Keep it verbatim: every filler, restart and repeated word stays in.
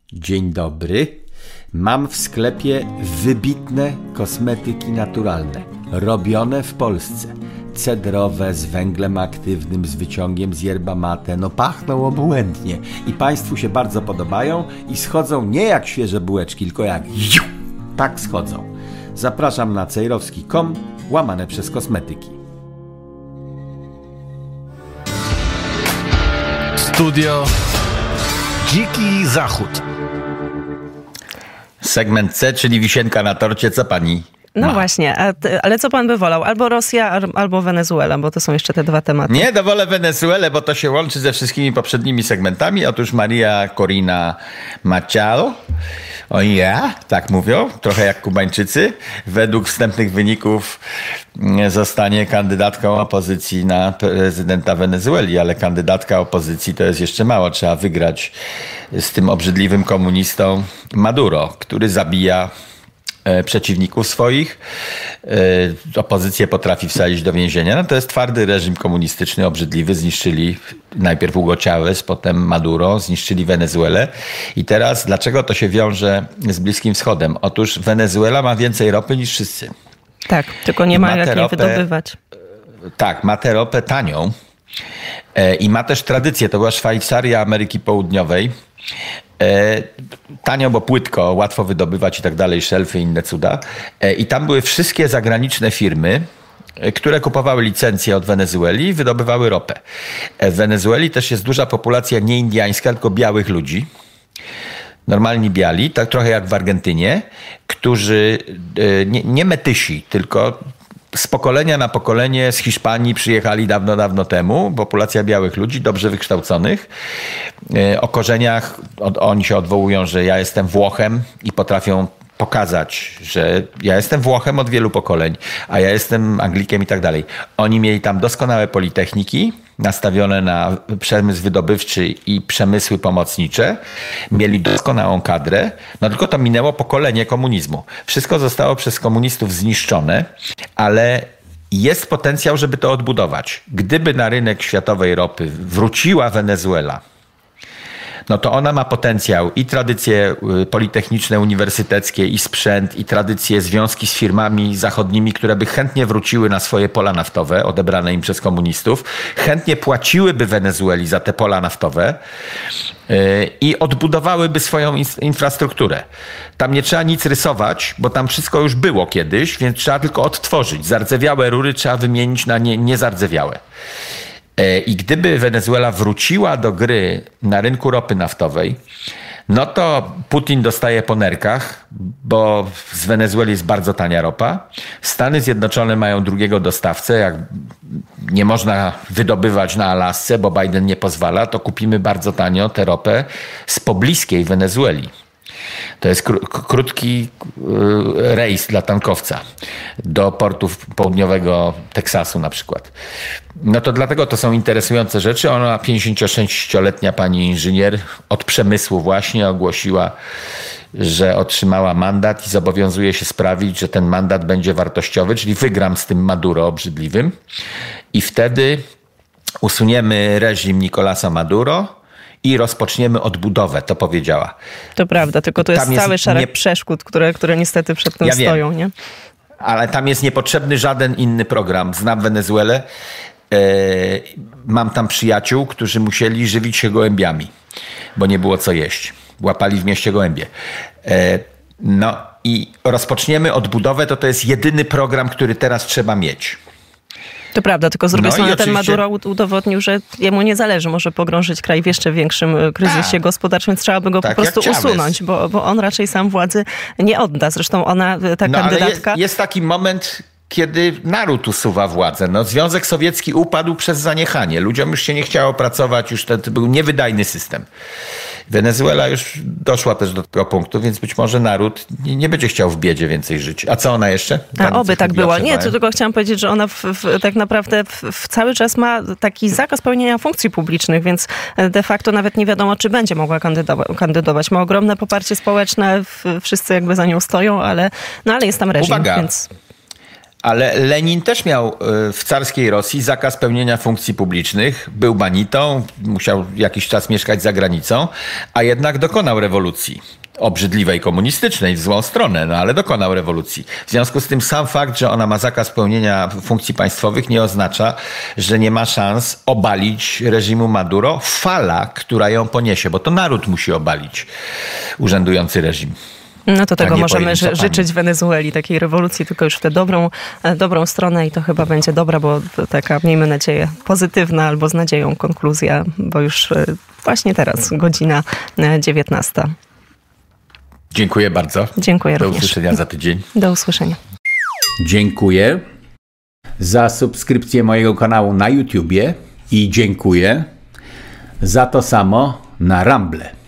Dzień dobry. Mam w sklepie wybitne kosmetyki naturalne, robione w Polsce. Cedrowe, z węglem aktywnym, z wyciągiem z yerba mate. No pachną obłędnie i Państwu się bardzo podobają i schodzą nie jak świeże bułeczki, tylko jak jiu, tak schodzą. Zapraszam na cejrowski kropka com, łamane przez kosmetyki. Studio Dziki Zachód. Segment C, czyli wisienka na torcie. Co pani No ma? właśnie, a, ale co pan by wolał? Albo Rosja, albo Wenezuela, bo to są jeszcze te dwa tematy. Nie, to wolę Wenezuelę, bo to się łączy ze wszystkimi poprzednimi segmentami. Otóż Maria Corina Machado, o ja, tak mówią, trochę jak Kubańczycy, według wstępnych wyników zostanie kandydatką opozycji na prezydenta Wenezueli, ale kandydatka opozycji to jest jeszcze mało. Trzeba wygrać z tym obrzydliwym komunistą Maduro, który zabija przeciwników swoich. Opozycję potrafi wsadzić do więzienia. No to jest twardy reżim komunistyczny, obrzydliwy. Zniszczyli najpierw Hugo Chávez, potem Maduro, zniszczyli Wenezuelę. I teraz dlaczego to się wiąże z Bliskim Wschodem? Otóż Wenezuela ma więcej ropy niż wszyscy. Tak, tylko nie ma, ma jak jej ropę, wydobywać. Tak, ma tę ropę tanią i ma też tradycję. To była Szwajcaria Ameryki Południowej. E, tanio, bo płytko, łatwo wydobywać i tak dalej, szelfy i inne cuda. E, I tam były wszystkie zagraniczne firmy, e, które kupowały licencje od Wenezueli i wydobywały ropę. E, w Wenezueli też jest duża populacja nie indyjska, tylko białych ludzi. Normalni biali, tak trochę jak w Argentynie, którzy e, nie, nie metysi, tylko z pokolenia na pokolenie z Hiszpanii przyjechali dawno, dawno temu. Populacja białych ludzi, dobrze wykształconych. O korzeniach oni się odwołują, że ja jestem Włochem i potrafią pokazać, że ja jestem Włochem od wielu pokoleń, a ja jestem Anglikiem i tak dalej. Oni mieli tam doskonałe politechniki, nastawione na przemysł wydobywczy i przemysły pomocnicze. Mieli doskonałą kadrę, no tylko to minęło pokolenie komunizmu. Wszystko zostało przez komunistów zniszczone, ale jest potencjał, żeby to odbudować. Gdyby na rynek światowej ropy wróciła Wenezuela, no to ona ma potencjał i tradycje politechniczne, uniwersyteckie, i sprzęt, i tradycje, związki z firmami zachodnimi, które by chętnie wróciły na swoje pola naftowe, odebrane im przez komunistów, chętnie płaciłyby Wenezueli za te pola naftowe i odbudowałyby swoją infrastrukturę. Tam nie trzeba nic rysować, bo tam wszystko już było kiedyś, więc trzeba tylko odtworzyć. Zardzewiałe rury trzeba wymienić na nie, niezardzewiałe. I gdyby Wenezuela wróciła do gry na rynku ropy naftowej, no to Putin dostaje po nerkach, bo z Wenezueli jest bardzo tania ropa. Stany Zjednoczone mają drugiego dostawcę. Jak nie można wydobywać na Alasce, bo Biden nie pozwala, to kupimy bardzo tanio tę ropę z pobliskiej Wenezueli. To jest kró- krótki y, rejs dla tankowca do portów południowego Teksasu na przykład. No to dlatego to są interesujące rzeczy. Ona, pięćdziesięciosześcioletnia pani inżynier od przemysłu właśnie ogłosiła, że otrzymała mandat i zobowiązuje się sprawić, że ten mandat będzie wartościowy, czyli wygram z tym Maduro obrzydliwym i wtedy usuniemy reżim Nicolasa Maduro i rozpoczniemy odbudowę, to powiedziała. To prawda, tylko to jest, jest cały szereg nie... przeszkód, które, które niestety przed tym ja stoją, wiem. Nie? Ale tam jest niepotrzebny żaden inny program. Znam Wenezuelę, e, mam tam przyjaciół, którzy musieli żywić się gołębiami, bo nie było co jeść. Łapali w mieście gołębie. E, no i rozpoczniemy odbudowę, to to jest jedyny program, który teraz trzeba mieć. To prawda, tylko z drugiej no strony oczywiście... ten Maduro udowodnił, że jemu nie zależy. Może pogrążyć kraj w jeszcze większym kryzysie A, gospodarczym, więc trzeba by go tak po prostu usunąć, bo, bo on raczej sam władzy nie odda. Zresztą ona, ta no, kandydatka... Ale jest, jest taki moment, kiedy naród usuwa władzę. No, Związek Sowiecki upadł przez zaniechanie. Ludziom już się nie chciało pracować, już to, to był niewydajny system. Wenezuela już doszła też do tego punktu, więc być może naród nie, nie będzie chciał w biedzie więcej żyć. A co ona jeszcze? A oby tak było. Nie, to tylko chciałam powiedzieć, że ona w, w, tak naprawdę w, w cały czas ma taki zakaz pełnienia funkcji publicznych, więc de facto nawet nie wiadomo, czy będzie mogła kandydować. kandydować. Ma ogromne poparcie społeczne, wszyscy jakby za nią stoją, ale, no, ale jest tam reżim, Uwaga. więc... Ale Lenin też miał w carskiej Rosji zakaz pełnienia funkcji publicznych. Był banitą, musiał jakiś czas mieszkać za granicą, a jednak dokonał rewolucji. Obrzydliwej, komunistycznej, w złą stronę, no ale dokonał rewolucji. W związku z tym sam fakt, że ona ma zakaz pełnienia funkcji państwowych, nie oznacza, że nie ma szans obalić reżimu Maduro. Fala, która ją poniesie, bo to naród musi obalić urzędujący reżim. No to tego możemy ży- życzyć Wenezueli, takiej rewolucji, tylko już w tę dobrą, dobrą stronę i to chyba będzie dobra, bo taka, miejmy nadzieję, pozytywna albo z nadzieją konkluzja, bo już właśnie teraz, godzina dziewiętnasta. Dziękuję bardzo. Dziękuję Do również. Do usłyszenia za tydzień. Do usłyszenia. Dziękuję za subskrypcję mojego kanału na YouTubie i dziękuję za to samo na Rumble.